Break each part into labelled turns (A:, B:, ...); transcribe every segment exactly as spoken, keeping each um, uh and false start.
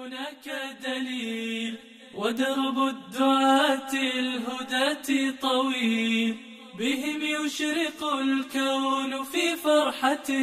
A: هناك دليل ودرب الدعاة الهداة طويل، بهم يشرق الكون في فرحة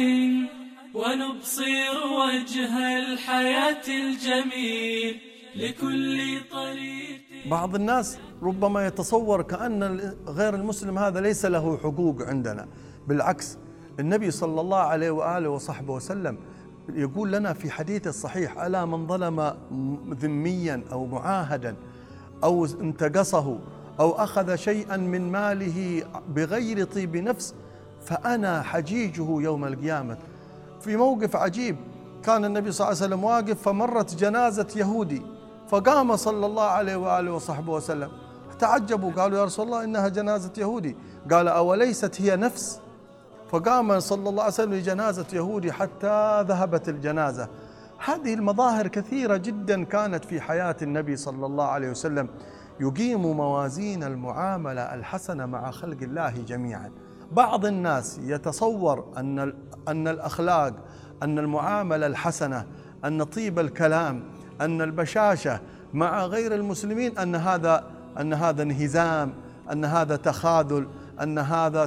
A: ونبصر وجه الحياة الجميل لكل طريق.
B: بعض الناس ربما يتصور كأن غير المسلم هذا ليس له حقوق عندنا، بالعكس النبي صلى الله عليه وآله وصحبه وسلم يقول لنا في حديثه الصحيح: ألا من ظلم ذميا أو معاهدا أو انتقصه أو أخذ شيئا من ماله بغير طيب نفس فأنا حجيجه يوم القيامة. في موقف عجيب كان النبي صلى الله عليه وسلم واقف، فمرت جنازة يهودي، فقام صلى الله عليه وآله وصحبه وسلم. تعجبوا، قالوا: يا رسول الله إنها جنازة يهودي. قال: أوليست هي نفس؟ فقام صلى الله عليه وسلم لجنازة يهودي حتى ذهبت الجنازة. هذه المظاهر كثيرة جدا كانت في حياة النبي صلى الله عليه وسلم، يقيم موازين المعاملة الحسنة مع خلق الله جميعا. بعض الناس يتصور أن أن الأخلاق، أن المعاملة الحسنة، أن طيب الكلام، أن البشاشة مع غير المسلمين أن هذا أن هذا انهزام، أن هذا تخاذل، أن هذا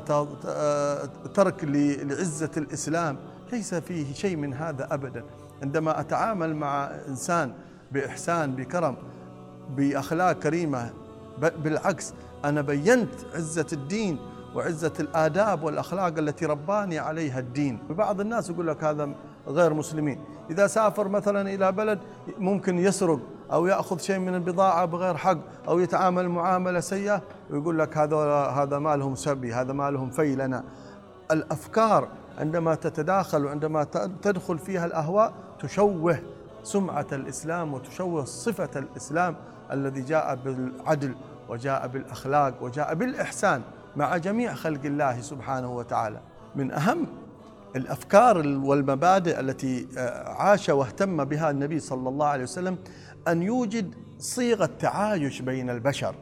B: ترك لعزة الإسلام. ليس فيه شيء من هذا أبدا. عندما أتعامل مع إنسان بإحسان، بكرم، بأخلاق كريمة، بالعكس أنا بينت عزة الدين وعزة الآداب والأخلاق التي رباني عليها الدين. بعض الناس يقول لك هذا غير مسلمين، إذا سافر مثلا إلى بلد ممكن يسرق أو يأخذ شيء من البضاعة بغير حق أو يتعامل معاملة سيئة، ويقول لك هذا هذا ما لهم سبي، هذا ما لهم في لنا. الأفكار عندما تتداخل وعندما تدخل فيها الأهواء تشوه سمعة الإسلام وتشوه صفة الإسلام الذي جاء بالعدل وجاء بالأخلاق وجاء بالإحسان مع جميع خلق الله سبحانه وتعالى. من أهم الأفكار والمبادئ التي عاش واهتم بها النبي صلى الله عليه وسلم أن يوجد صيغة تعايش بين البشر،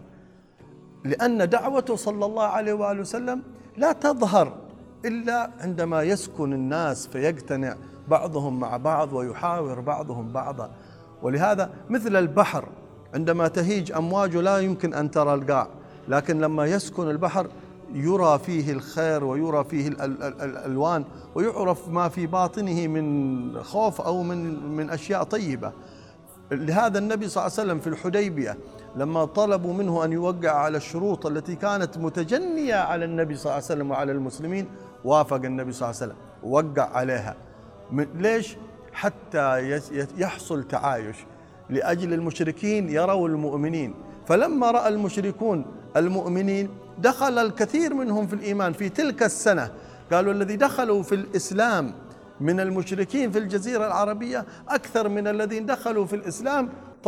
B: لأن دعوته صلى الله عليه وآله وسلم لا تظهر إلا عندما يسكن الناس فيجتمع بعضهم مع بعض ويحاور بعضهم بعضا. ولهذا مثل البحر عندما تهيج أمواجه لا يمكن أن ترى القاع، لكن لما يسكن البحر يرى فيه الخير ويرى فيه الألوان ويعرف ما في باطنه من خوف أو من من أشياء طيبة. لهذا النبي صلى الله عليه وسلم في الحديبية لما طلبوا منه أن يوقع على الشروط التي كانت متجنية على النبي صلى الله عليه وسلم وعلى المسلمين، وافق النبي صلى الله عليه وسلم ووقع عليها. ليش؟ حتى يحصل تعايش، لأجل المشركين يروا المؤمنين. فلما رأى المشركون المؤمنين دخل الكثير منهم في الإيمان في تلك السنة. قالوا الذي دخلوا في الإسلام من المشركين في الجزيرة العربية أكثر من الذين دخلوا في الإسلام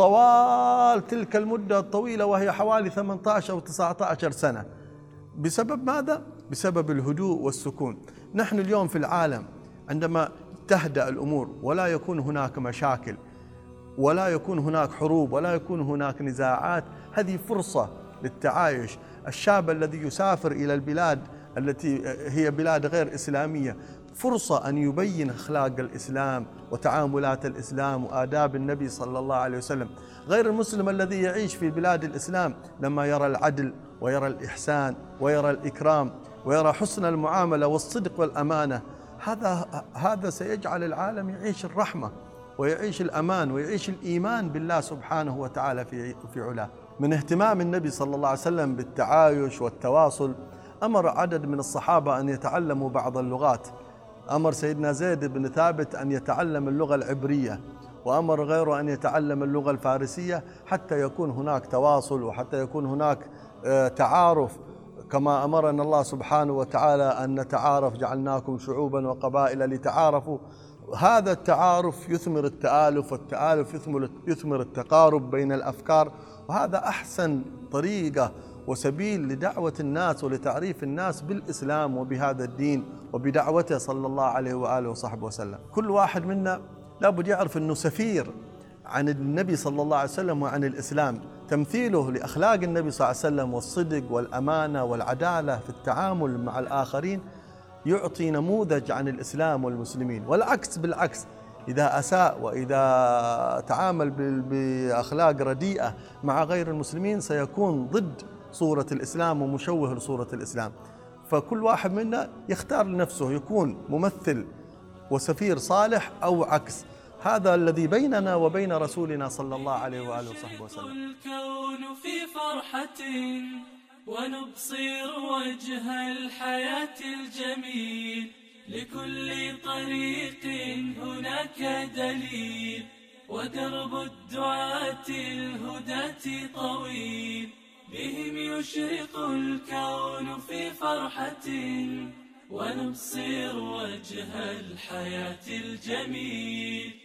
B: طوال تلك المدة الطويلة، وهي حوالي ثمانية عشر أو تسعة عشر سنة. بسبب ماذا؟ بسبب الهدوء والسكون. نحن اليوم في العالم عندما تهدأ الأمور ولا يكون هناك مشاكل ولا يكون هناك حروب ولا يكون هناك نزاعات، هذه فرصة للتعايش. الشاب الذي يسافر إلى البلاد التي هي بلاد غير إسلامية فرصة أن يبين أخلاق الإسلام وتعاملات الإسلام وآداب النبي صلى الله عليه وسلم. غير المسلم الذي يعيش في بلاد الإسلام لما يرى العدل ويرى الإحسان ويرى الإكرام ويرى حسن المعاملة والصدق والأمانة، هذا هذا سيجعل العالم يعيش الرحمة ويعيش الأمان ويعيش الإيمان بالله سبحانه وتعالى في في علاه. من اهتمام النبي صلى الله عليه وسلم بالتعايش والتواصل أمر عدد من الصحابة أن يتعلموا بعض اللغات. أمر سيدنا زيد بن ثابت أن يتعلم اللغة العبرية، وأمر غيره أن يتعلم اللغة الفارسية حتى يكون هناك تواصل وحتى يكون هناك تعارف، كما أمرنا الله سبحانه وتعالى أن نتعارف جعلناكم شعوبا وقبائل لتعارفوا. هذا التعارف يثمر التآلف، والتآلف يثمر يثمر التقارب بين الأفكار، وهذا أحسن طريقة وسبيل لدعوة الناس ولتعريف الناس بالإسلام وبهذا الدين وبدعوته صلى الله عليه وآله وصحبه وسلم. كل واحد منا لابد يعرف أنه سفير عن النبي صلى الله عليه وسلم وعن الإسلام. تمثيله لأخلاق النبي صلى الله عليه وسلم والصدق والأمانة والعدالة في التعامل مع الآخرين يعطي نموذج عن الإسلام والمسلمين. والعكس بالعكس، إذا أساء وإذا تعامل بأخلاق رديئة مع غير المسلمين سيكون ضد صورة الإسلام ومشوه لصورة الإسلام. فكل واحد منا يختار لنفسه يكون ممثل وسفير صالح أو عكس. هذا الذي بيننا وبين رسولنا صلى الله عليه وآله وصحبه وسلم.
A: الكون في فرحة ونبصر وجه الحياة الجميل، لكل طريق هناك دليل، ودرب الدعاة الهداة طويل، بهم يشرق الكون في فرحة ونبصر وجه الحياة الجميل.